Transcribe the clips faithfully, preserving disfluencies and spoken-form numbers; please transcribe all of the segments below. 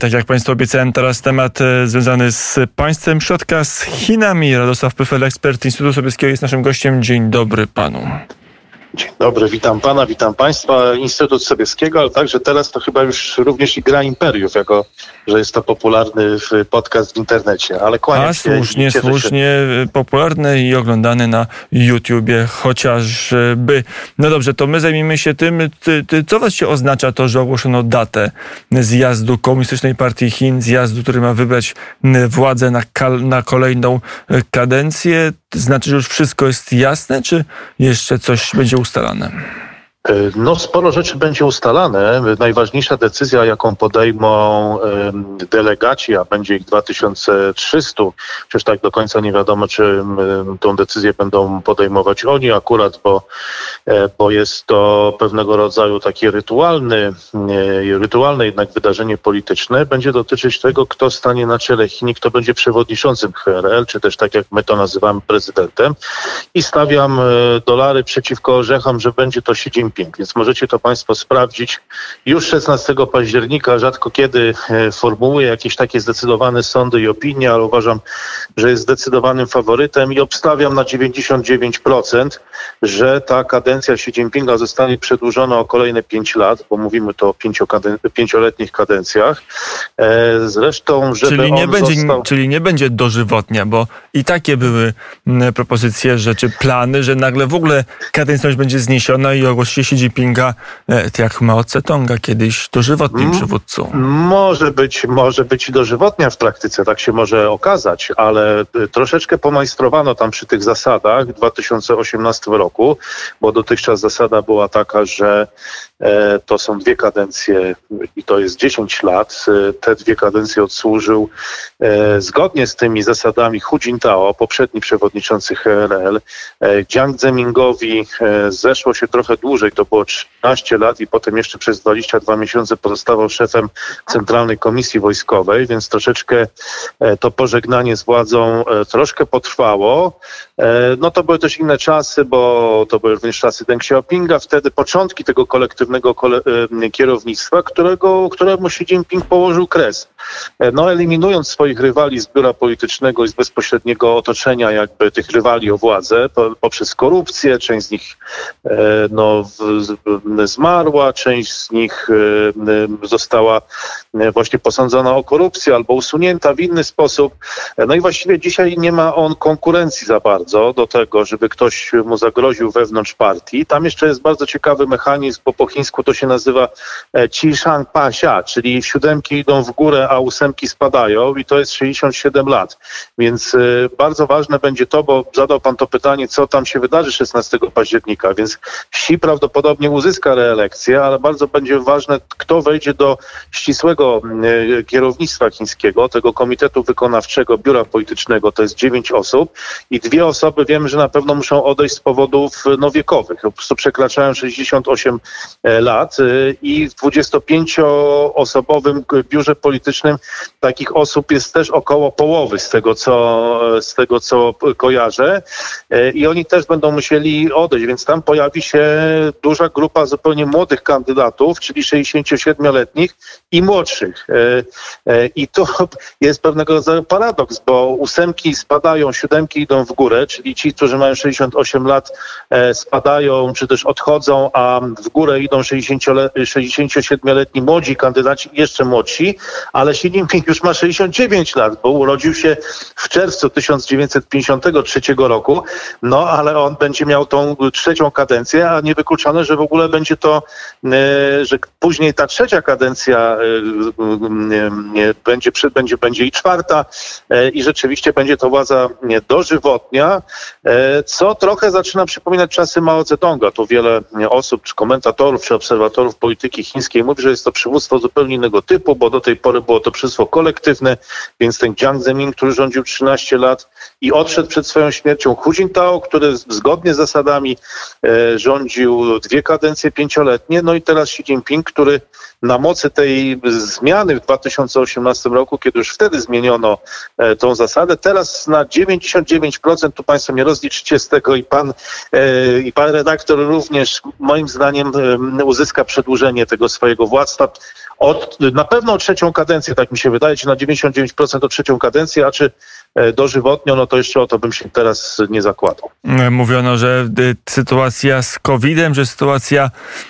Tak jak Państwu obiecałem, teraz temat e, związany z państwem środka, z Chinami. Radosław Pyfel, ekspert Instytutu Sobieskiego, jest naszym gościem. Dzień dobry panu. Dzień dobry, witam pana, witam państwa. Instytut Sobieskiego, ale także teraz to chyba już również i Gra Imperiów, jako że jest to popularny podcast w internecie. Ale kłaniam A, się. słusznie, słusznie się. Popularny i oglądany na YouTubie chociażby. No dobrze, to my zajmijmy się tym, ty, ty, co właściwie oznacza to, że ogłoszono datę zjazdu Komunistycznej Partii Chin, zjazdu, który ma wybrać władzę na, kal, na kolejną kadencję. Znaczy, że już wszystko jest jasne, czy jeszcze coś będzie ustalane? No, sporo rzeczy będzie ustalane. Najważniejsza decyzja, jaką podejmą delegaci, a będzie ich dwa tysiące trzysta, przecież tak do końca nie wiadomo, czy tą decyzję będą podejmować oni akurat, bo, bo jest to pewnego rodzaju takie rytualny, rytualne jednak wydarzenie polityczne. Będzie dotyczyć tego, kto stanie na czele Chin i kto będzie przewodniczącym H R L, czy też tak jak my to nazywamy prezydentem. I stawiam dolary przeciwko orzechom, że będzie to Xi Jinping. Więc możecie to państwo sprawdzić. Już szesnastego października, rzadko kiedy formułuję jakieś takie zdecydowane sądy i opinie, ale uważam, że jest zdecydowanym faworytem i obstawiam na dziewięćdziesiąt dziewięć procent, że ta kadencja Xi Jinpinga zostanie przedłużona o kolejne pięć lat, bo mówimy to o pięcioletnich kadencjach. Zresztą, żeby czyli nie on będzie, został... Czyli nie będzie dożywotnia, bo i takie były propozycje, że czy plany, że nagle w ogóle kadencja będzie zniesiona i ogłosi Xi Jinpinga, jak Mao Tse-tunga, kiedyś dożywotnim przywódcą. Może być, może być dożywotnia w praktyce, tak się może okazać, ale troszeczkę pomajstrowano tam przy tych zasadach w dwa tysiące osiemnastym roku, bo dotychczas zasada była taka, że e, to są dwie kadencje i to jest dziesięć lat. Te dwie kadencje odsłużył e, zgodnie z tymi zasadami Hu Jintao, poprzedni przewodniczący H R L. E, Jiang Zemingowi e, zeszło się trochę dłużej, to było trzynaście lat i potem jeszcze przez dwadzieścia dwa miesiące pozostawał szefem Centralnej Komisji Wojskowej, więc troszeczkę to pożegnanie z władzą troszkę potrwało. No to były też inne czasy, bo to były również czasy Deng Xiaopinga, wtedy początki tego kolektywnego kole- kierownictwa, którego, któremu Xi Jinping położył kres. No eliminując swoich rywali z biura politycznego i z bezpośredniego otoczenia jakby tych rywali o władzę po, poprzez korupcję, część z nich no, zmarła, część z nich została właśnie posądzona o korupcję albo usunięta w inny sposób. No i właściwie dzisiaj nie ma on konkurencji za bardzo do tego, żeby ktoś mu zagroził wewnątrz partii. Tam jeszcze jest bardzo ciekawy mechanizm, bo po chińsku to się nazywa Qi Shang Pa Xia, czyli siódemki idą w górę, a ósemki spadają i to jest sześćdziesiąt siedem lat. Więc bardzo ważne będzie to, bo zadał pan to pytanie, co tam się wydarzy szesnastego października, więc Xi prawdopodobnie uzyska reelekcję, ale bardzo będzie ważne, kto wejdzie do ścisłego kierownictwa chińskiego, tego komitetu wykonawczego, biura politycznego, to jest dziewięć osób i dwie osoby wiemy, że na pewno muszą odejść z powodów no, wiekowych. Po prostu przekraczają sześćdziesiąt osiem lat i w dwudziestopięcioosobowym biurze politycznym takich osób jest też około połowy z tego, co, z tego, co kojarzę i oni też będą musieli odejść, więc tam pojawi się duża grupa zupełnie młodych kandydatów, czyli sześćdziesięciosiedmioletnich i młodszych. I to jest pewnego rodzaju paradoks, bo ósemki spadają, siódemki idą w górę, czyli ci, którzy mają sześćdziesiąt osiem lat spadają, czy też odchodzą, a w górę idą sześćdziesięciosiedmioletni młodzi kandydaci, jeszcze młodsi, ale Xi Jinping już ma sześćdziesiąt dziewięć lat, bo urodził się w czerwcu tysiąc dziewięćset pięćdziesiątego trzeciego roku, no ale on będzie miał tą trzecią kadencję, a niewykluczone, że w ogóle będzie to, że później ta trzecia kadencja będzie, będzie, będzie i czwarta i rzeczywiście będzie to władza dożywotnia, co trochę zaczyna przypominać czasy Mao Tse-tunga. Tu wiele osób, czy komentatorów, czy obserwatorów polityki chińskiej mówi, że jest to przywództwo zupełnie innego typu, bo do tej pory było to przywództwo kolektywne, więc ten Jiang Zemin, który rządził trzynaście lat i odszedł przed swoją śmiercią, Hu Jintao, który zgodnie z zasadami rządził dwie kadencje pięcioletnie, no i teraz Xi Jinping, który na mocy tej zmiany w dwa tysiące osiemnastym roku, kiedy już wtedy zmieniono e, tą zasadę, teraz na dziewięćdziesiąt dziewięć procent, tu państwo mnie rozliczycie z tego i pan, e, i pan redaktor również moim zdaniem e, uzyska przedłużenie tego swojego władztwa od, na pewno o trzecią kadencję, tak mi się wydaje, czy na dziewięćdziesiąt dziewięć procent o trzecią kadencję, a czy dożywotnio, no to jeszcze o to bym się teraz nie zakładał. Mówiono, że sytuacja z kowidem, że sytuacja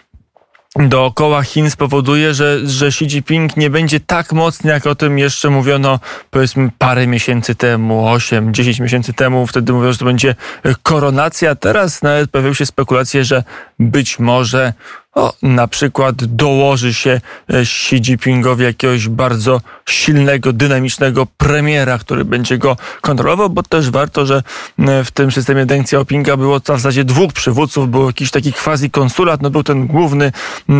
dookoła Chin spowoduje, że, że Xi Jinping nie będzie tak mocny, jak o tym jeszcze mówiono, powiedzmy, parę miesięcy temu, osiem, dziesięć miesięcy temu. Wtedy mówiono, że to będzie koronacja. Teraz nawet pojawiły się spekulacje, że być może o, na przykład dołoży się Xi Jinpingowi jakiegoś bardzo silnego, dynamicznego premiera, który będzie go kontrolował, bo też warto, że w tym systemie Deng Xiaopinga było w zasadzie dwóch przywódców, był jakiś taki quasi-konsulat, no był ten główny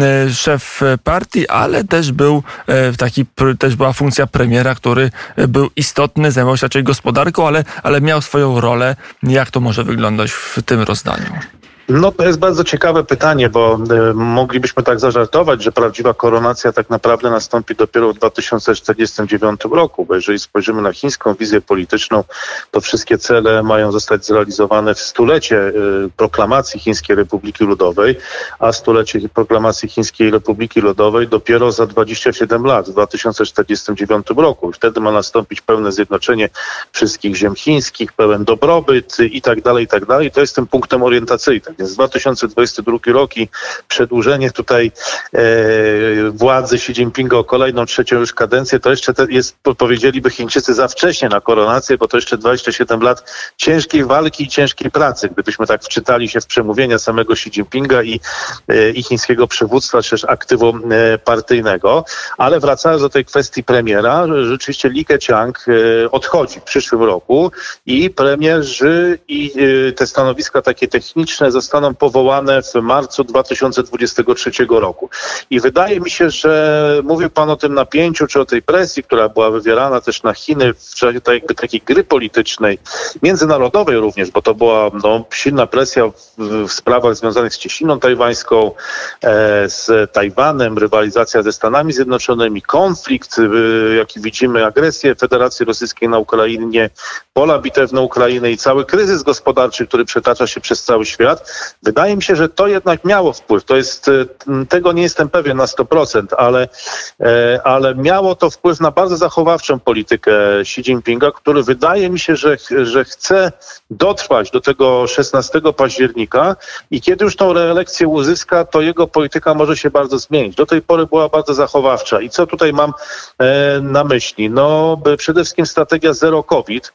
szef partii, ale też był taki, też była funkcja premiera, który był istotny, zajmował się raczej gospodarką, ale, ale miał swoją rolę. Jak to może wyglądać w tym rozdaniu? No to jest bardzo ciekawe pytanie, bo y, moglibyśmy tak zażartować, że prawdziwa koronacja tak naprawdę nastąpi dopiero w dwa tysiące czterdziestym dziewiątym roku, bo jeżeli spojrzymy na chińską wizję polityczną, to wszystkie cele mają zostać zrealizowane w stulecie y, proklamacji Chińskiej Republiki Ludowej, a stulecie proklamacji Chińskiej Republiki Ludowej dopiero za dwadzieścia siedem lat, w dwa tysiące czterdziestym dziewiątym roku. I wtedy ma nastąpić pełne zjednoczenie wszystkich ziem chińskich, pełen dobrobyt i tak dalej, i tak dalej. To jest tym punktem orientacyjnym. Więc dwa tysiące dwudziesty drugi rok i przedłużenie tutaj e, władzy Xi Jinpinga o kolejną trzecią już kadencję, to jeszcze te jest, powiedzieliby Chińczycy, za wcześnie na koronację, bo to jeszcze dwadzieścia siedem lat ciężkiej walki i ciężkiej pracy. Gdybyśmy tak wczytali się w przemówienia samego Xi Jinpinga i, e, i chińskiego przywództwa, czy też aktywu e, partyjnego. Ale wracając do tej kwestii premiera, rzeczywiście Li Keqiang e, odchodzi w przyszłym roku i premierzy i e, te stanowiska takie techniczne zostaną zostaną powołane w marcu dwa tysiące dwudziestego trzeciego roku. I wydaje mi się, że mówił pan o tym napięciu, czy o tej presji, która była wywierana też na Chiny w czasie tej, takiej gry politycznej, międzynarodowej również, bo to była no, silna presja w, w sprawach związanych z Cieśniną Tajwańską, e, z Tajwanem, rywalizacja ze Stanami Zjednoczonymi, konflikt, e, jaki widzimy, agresję Federacji Rosyjskiej na Ukrainie, pola bitewne Ukrainy i cały kryzys gospodarczy, który przetacza się przez cały świat. Wydaje mi się, że to jednak miało wpływ. To jest, tego nie jestem pewien na sto procent, ale, ale miało to wpływ na bardzo zachowawczą politykę Xi Jinpinga, który wydaje mi się, że, że chce dotrwać do tego szesnastego października i kiedy już tą reelekcję uzyska, to jego polityka może się bardzo zmienić. Do tej pory była bardzo zachowawcza. I co tutaj mam na myśli? No przede wszystkim strategia zero COVID,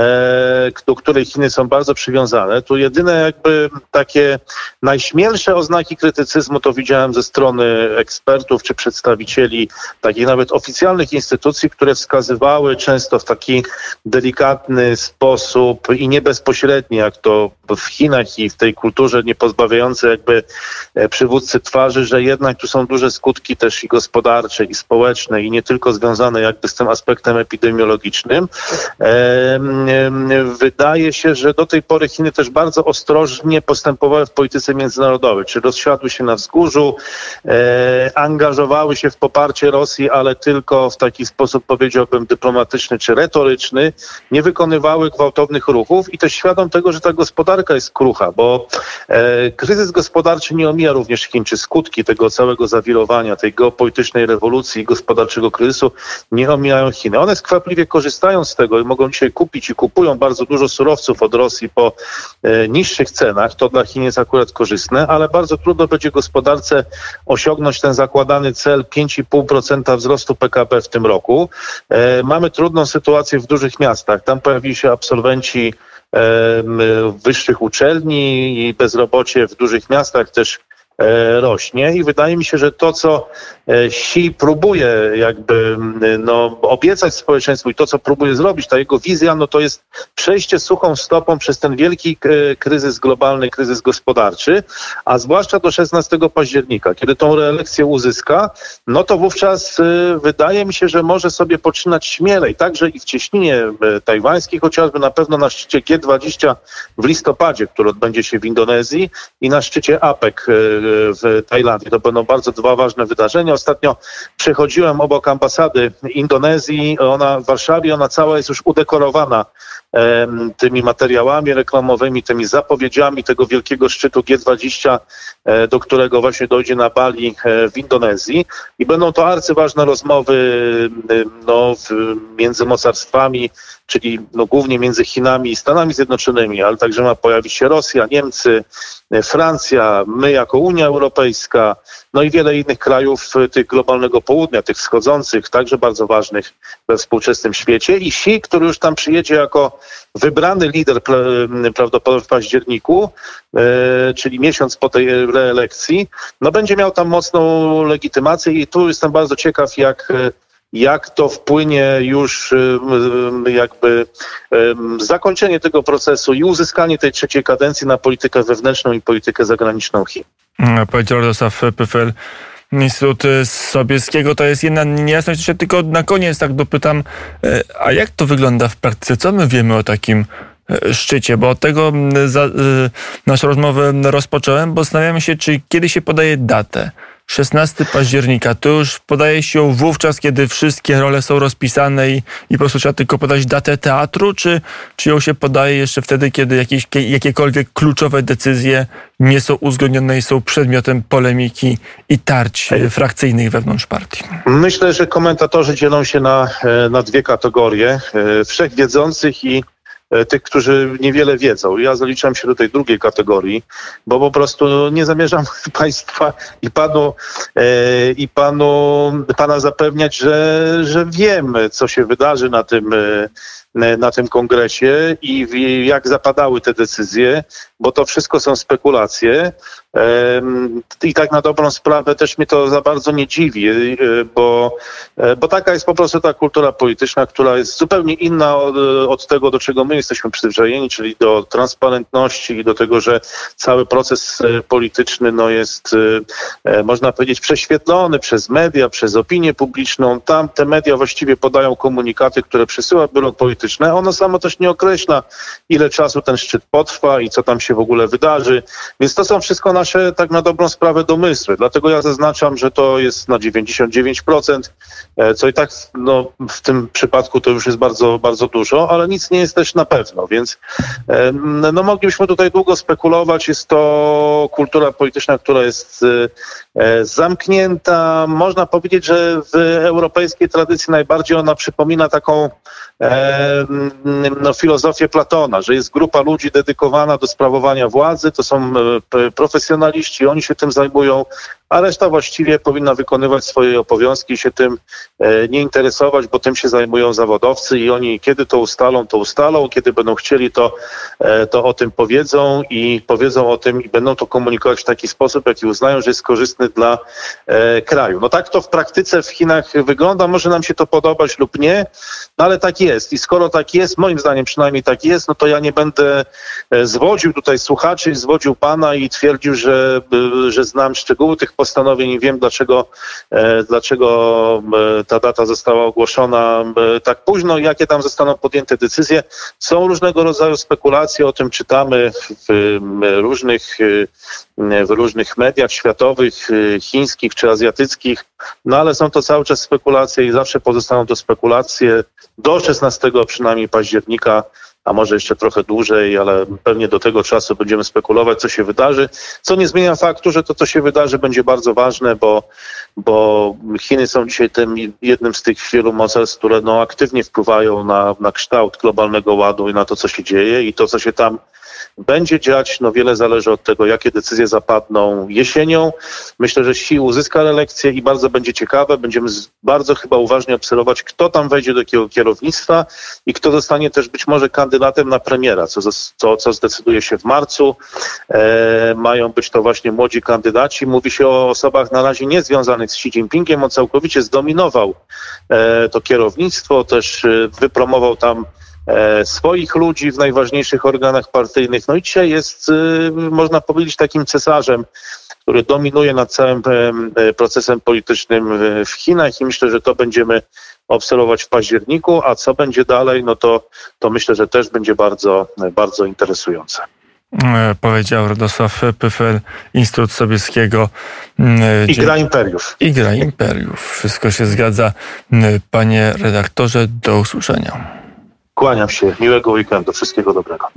do której Chiny są bardzo przywiązane. Tu jedyne jakby takie najśmielsze oznaki krytycyzmu to widziałem ze strony ekspertów czy przedstawicieli takich nawet oficjalnych instytucji, które wskazywały często w taki delikatny sposób i nie bezpośredni, jak to w Chinach i w tej kulturze nie pozbawiającej jakby przywódcy twarzy, że jednak tu są duże skutki też i gospodarcze, i społeczne, i nie tylko związane jakby z tym aspektem epidemiologicznym. Wydaje się, że do tej pory Chiny też bardzo ostrożnie postępowały w polityce międzynarodowej, czy rozsiadły się na wzgórzu, e, angażowały się w poparcie Rosji, ale tylko w taki sposób, powiedziałbym, dyplomatyczny czy retoryczny, nie wykonywały gwałtownych ruchów i też świadom tego, że ta gospodarka jest krucha, bo e, kryzys gospodarczy nie omija również Chin, czy skutki tego całego zawirowania, tej geopolitycznej rewolucji i gospodarczego kryzysu nie omijają Chiny. One skwapliwie korzystają z tego i mogą dzisiaj kupić i kupują bardzo dużo surowców od Rosji po e, niższych cenach. To dla Chin jest akurat korzystne, ale bardzo trudno będzie gospodarce osiągnąć ten zakładany cel pięć i pół procent wzrostu P K B w tym roku. E, mamy trudną sytuację w dużych miastach. Tam pojawili się absolwenci e, wyższych uczelni i bezrobocie w dużych miastach też rośnie i wydaje mi się, że to, co Xi próbuje jakby no, obiecać społeczeństwu i to, co próbuje zrobić, ta jego wizja, no to jest przejście suchą stopą przez ten wielki kryzys globalny, kryzys gospodarczy, a zwłaszcza do szesnastego października, kiedy tą reelekcję uzyska, no to wówczas wydaje mi się, że może sobie poczynać śmielej, także i w cieśninie tajwańskiej, chociażby na pewno na szczycie G dwadzieścia w listopadzie, który odbędzie się w Indonezji i na szczycie A P E C w Tajlandii. To będą bardzo dwa ważne wydarzenia. Ostatnio przechodziłem obok ambasady Indonezji, ona w Warszawie, ona cała jest już udekorowana tymi materiałami reklamowymi, tymi zapowiedziami tego wielkiego szczytu G dwadzieścia, do którego właśnie dojdzie na Bali w Indonezji. I będą to arcyważne rozmowy no, między mocarstwami, czyli no, głównie między Chinami i Stanami Zjednoczonymi, ale także ma pojawić się Rosja, Niemcy, Francja, my jako Unia Europejska, no i wiele innych krajów tych globalnego południa, tych wschodzących, także bardzo ważnych we współczesnym świecie. I Xi, który już tam przyjedzie jako wybrany lider prawdopodobnie w październiku, e, czyli miesiąc po tej reelekcji, no będzie miał tam mocną legitymację i tu jestem bardzo ciekaw, jak jak to wpłynie już jakby zakończenie tego procesu i uzyskanie tej trzeciej kadencji na politykę wewnętrzną i politykę zagraniczną Chin. Powiedział Radosław Pyfel, Instytut Sobieskiego. To jest jedna niejasność. Się tylko na koniec tak dopytam, a jak to wygląda w praktyce? Co my wiemy o takim szczycie? Bo od tego za, naszą rozmowę rozpocząłem, bo zastanawiamy się, czy kiedy się podaje datę. szesnastego października, to już podaje się ją wówczas, kiedy wszystkie role są rozpisane i, i po prostu trzeba tylko podać datę teatru, czy, czy ją się podaje jeszcze wtedy, kiedy jakieś, jakiekolwiek kluczowe decyzje nie są uzgodnione i są przedmiotem polemiki i tarć frakcyjnych wewnątrz partii? Myślę, że komentatorzy dzielą się na, na dwie kategorie. Wszechwiedzących i tych, którzy niewiele wiedzą. Ja zaliczam się do tej drugiej kategorii, bo po prostu nie zamierzam państwa i panu, e, i panu pana zapewniać, że, że wiemy, co się wydarzy na tym, e, na tym kongresie i w, jak zapadały te decyzje, bo to wszystko są spekulacje. E, I tak na dobrą sprawę też mnie to za bardzo nie dziwi, e, bo, e, bo taka jest po prostu ta kultura polityczna, która jest zupełnie inna od, od tego, do czego my jesteśmy przyzwyczajeni, czyli do transparentności i do tego, że cały proces polityczny no, jest, e, można powiedzieć, prześwietlony przez media, przez opinię publiczną. Tam te media właściwie podają komunikaty, które przesyła biuro polityczne. Ono samo też nie określa, ile czasu ten szczyt potrwa i co tam się w ogóle wydarzy. Więc to są wszystko nasze, tak na dobrą sprawę, domysły. Dlatego ja zaznaczam, że to jest na dziewięćdziesiąt dziewięć procent, co i tak no, w tym przypadku to już jest bardzo, bardzo dużo, ale nic nie jest też na pewno. Więc no, moglibyśmy tutaj długo spekulować. Jest to kultura polityczna, która jest zamknięta. Można powiedzieć, że w europejskiej tradycji najbardziej ona przypomina taką no, filozofię Platona, że jest grupa ludzi dedykowana do sprawowania władzy, to są profesjonaliści, oni się tym zajmują, a reszta właściwie powinna wykonywać swoje obowiązki i się tym nie interesować, bo tym się zajmują zawodowcy i oni kiedy to ustalą, to ustalą, kiedy będą chcieli, to, to o tym powiedzą i powiedzą o tym i będą to komunikować w taki sposób, jaki uznają, że jest korzystny dla e, kraju. No tak to w praktyce w Chinach wygląda, może nam się to podobać lub nie, no ale tak jest i skoro tak jest, moim zdaniem przynajmniej tak jest, no to ja nie będę zwodził tutaj słuchaczy, zwodził pana i twierdził, że, że znam szczegóły tych postanowień i wiem, dlaczego, e, dlaczego ta data została ogłoszona e, tak późno i jakie tam zostaną podjęte decyzje. Są różnego rodzaju spekulacje, o tym czytamy w różnych, w różnych mediach światowych, chińskich czy azjatyckich, no ale są to cały czas spekulacje i zawsze pozostaną to spekulacje do szesnastego przynajmniej października, a może jeszcze trochę dłużej, ale pewnie do tego czasu będziemy spekulować, co się wydarzy, co nie zmienia faktu, że to, co się wydarzy, będzie bardzo ważne, bo, bo Chiny są dzisiaj tym jednym z tych wielu mocarstw, które no, aktywnie wpływają na, na kształt globalnego ładu i na to, co się dzieje i to, co się tam będzie dziać, no wiele zależy od tego, jakie decyzje zapadną jesienią. Myślę, że Xi uzyska reelekcję i bardzo będzie ciekawe. Będziemy bardzo chyba uważnie obserwować, kto tam wejdzie do takiego kierownictwa i kto zostanie też być może kandydatem na premiera, co, co, co zdecyduje się w marcu. E, mają być to właśnie młodzi kandydaci. Mówi się o osobach na razie niezwiązanych z Xi Jinpingiem. On całkowicie zdominował e, to kierownictwo, też e, wypromował tam swoich ludzi w najważniejszych organach partyjnych. No i dzisiaj jest, można powiedzieć, takim cesarzem, który dominuje nad całym procesem politycznym w Chinach i myślę, że to będziemy obserwować w październiku, a co będzie dalej, no to, to myślę, że też będzie bardzo, bardzo interesujące. Powiedział Radosław Pyfel, Instytut Sobieskiego. Igra Imperiów. Igra Imperiów. Wszystko się zgadza. Panie redaktorze, do usłyszenia. Kłaniam się. Miłego weekendu. Wszystkiego dobrego.